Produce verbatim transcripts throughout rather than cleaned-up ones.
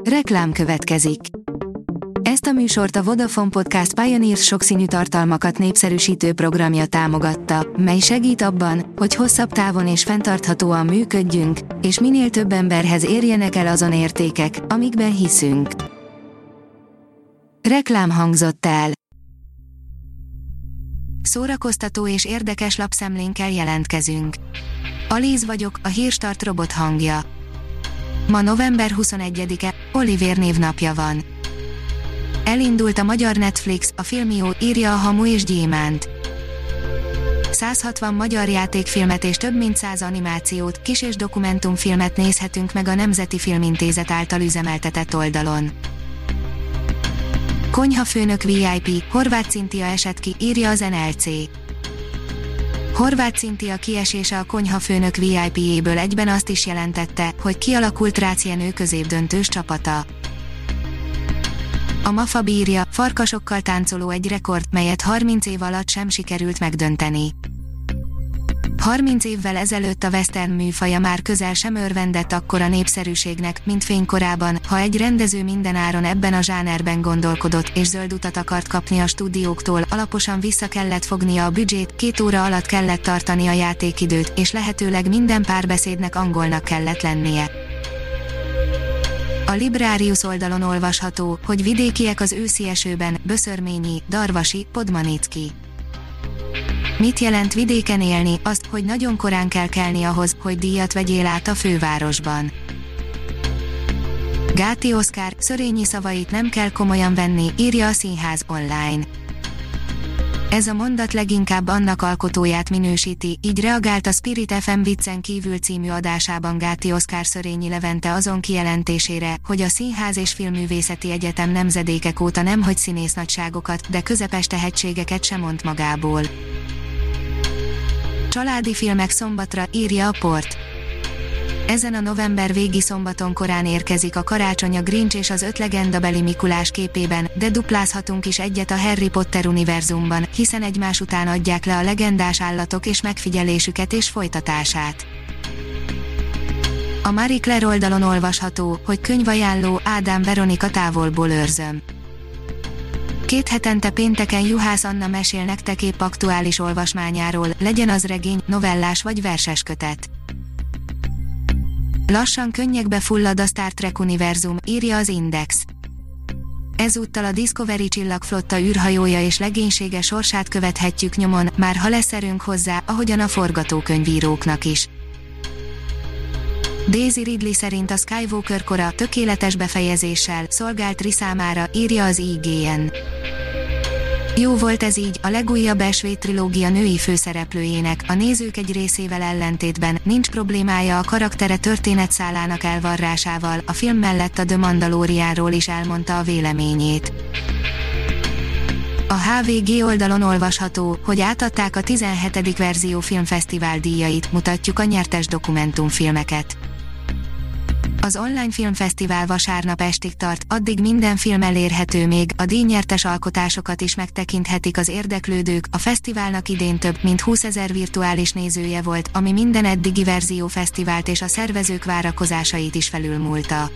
Reklám következik. Ezt a műsort a Vodafone Podcast Pioneers sokszínű tartalmakat népszerűsítő programja támogatta, mely segít abban, hogy hosszabb távon és fenntarthatóan működjünk, és minél több emberhez érjenek el azon értékek, amikben hiszünk. Reklám hangzott el. Szórakoztató és érdekes lapszemlénkkel jelentkezünk. Alíz vagyok, a Hírstart robot hangja. Ma november huszonegyedike, Olivér névnapja van. Elindult a magyar Netflix, a Filmió, írja a Hamu és Gyémánt. száz hatvan magyar játékfilmet és több mint száz animációt, kis- és dokumentumfilmet nézhetünk meg a Nemzeti Filmintézet által üzemeltetett oldalon. Konyhafőnök vé i pé, Horváth Cintia esett ki, írja az en el cé. Horváth Cintia kiesése a Konyhafőnök vé i pé-jéből egyben azt is jelentette, hogy kialakult Rácz Jenő középdöntős csapata. A MAFA bírja, farkasokkal táncoló egy rekord, melyet harminc év alatt sem sikerült megdönteni. harminc évvel ezelőtt a western műfaja már közel sem örvendett akkora népszerűségnek, mint fénykorában, ha egy rendező mindenáron ebben a zsánerben gondolkodott, és zöld utat akart kapni a stúdióktól, alaposan vissza kellett fognia a büdzsét, két óra alatt kellett tartani a játékidőt, és lehetőleg minden párbeszédnek angolnak kellett lennie. A Librarius oldalon olvasható, hogy vidékiek az őszi esőben, Böszörményi, Darvasi, Podmanicki. Mit jelent vidéken élni? Azt, hogy nagyon korán kell kelni ahhoz, hogy díjat vegyél át a fővárosban. Gáti Oszkár, Szörényi szavait nem kell komolyan venni, írja a Színház online. Ez a mondat leginkább annak alkotóját minősíti, így reagált a Spirit ef em Viccen kívül című adásában Gáti Oszkár Szörényi Levente azon kijelentésére, hogy a Színház és Filmművészeti Egyetem nemzedékek óta nemhogy színésznagyságokat, de közepes tehetségeket sem mond magából. Családi filmek szombatra, írja a Port. Ezen a november végi szombaton korán érkezik a Karácsony a Grinch és az öt legendabeli Mikulás képében, de duplázhatunk is egyet a Harry Potter univerzumban, hiszen egymás után adják le a legendás állatok és megfigyelésüket és folytatását. A Marie Claire oldalon olvasható, hogy könyvajánló, Ádám Veronika távolból őrzöm. Két hetente pénteken Juhász Anna mesél nektek épp aktuális olvasmányáról, legyen az regény, novellás vagy verses kötet. Lassan könnyekbe fullad a Star Trek univerzum, írja az Index. Ezúttal a Discovery csillagflotta űrhajója és legénysége sorsát követhetjük nyomon, már ha lesz erőnk hozzá, ahogyan a forgatókönyvíróknak is. Daisy Ridley szerint a Skywalker kora tökéletes befejezéssel szolgált Ri számára, írja az i gé en. Jó volt ez így, a legújabb Esvé trilógia női főszereplőjének, a nézők egy részével ellentétben, nincs problémája a karaktere történetszálának elvarrásával, a film mellett a The Mandalorianról is elmondta a véleményét. A há vé gé oldalon olvasható, hogy átadták a tizenhetedik verzió filmfesztivál díjait, mutatjuk a nyertes dokumentumfilmeket. Az online filmfesztivál vasárnap estig tart, addig minden film elérhető még, a díjnyertes alkotásokat is megtekinthetik az érdeklődők, a fesztiválnak idén több mint húszezer virtuális nézője volt, ami minden eddigi verzió fesztivált és a szervezők várakozásait is felülmúlta.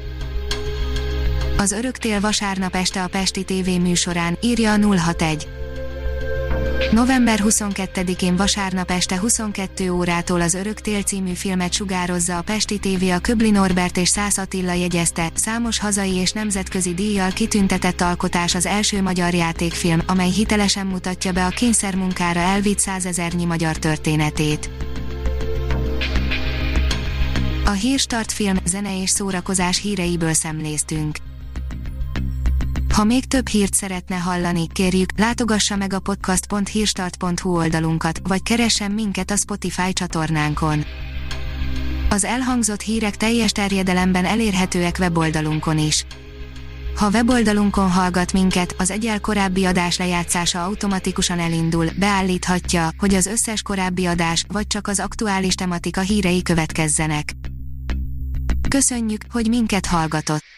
Az Öröktél vasárnap este a Pesti té vé műsorán, írja a nulla hatvanegy. november huszonkettedikén vasárnap este huszonkettő órától az Öröktél című filmet sugározza a Pesti té vé, a Köbli Norbert és Szász Attila jegyezte, számos hazai és nemzetközi díjjal kitüntetett alkotás az első magyar játékfilm, amely hitelesen mutatja be a kényszermunkára elvitt százezernyi magyar történetét. A Hírstart film, zene és szórakozás híreiből szemléztünk. Ha még több hírt szeretne hallani, kérjük, látogassa meg a podcast pont hírstart pont hu oldalunkat, vagy keressen minket a Spotify csatornánkon. Az elhangzott hírek teljes terjedelemben elérhetőek weboldalunkon is. Ha weboldalunkon hallgat minket, az egyel korábbi adás lejátszása automatikusan elindul, beállíthatja, hogy az összes korábbi adás, vagy csak az aktuális tematika hírei következzenek. Köszönjük, hogy minket hallgatott!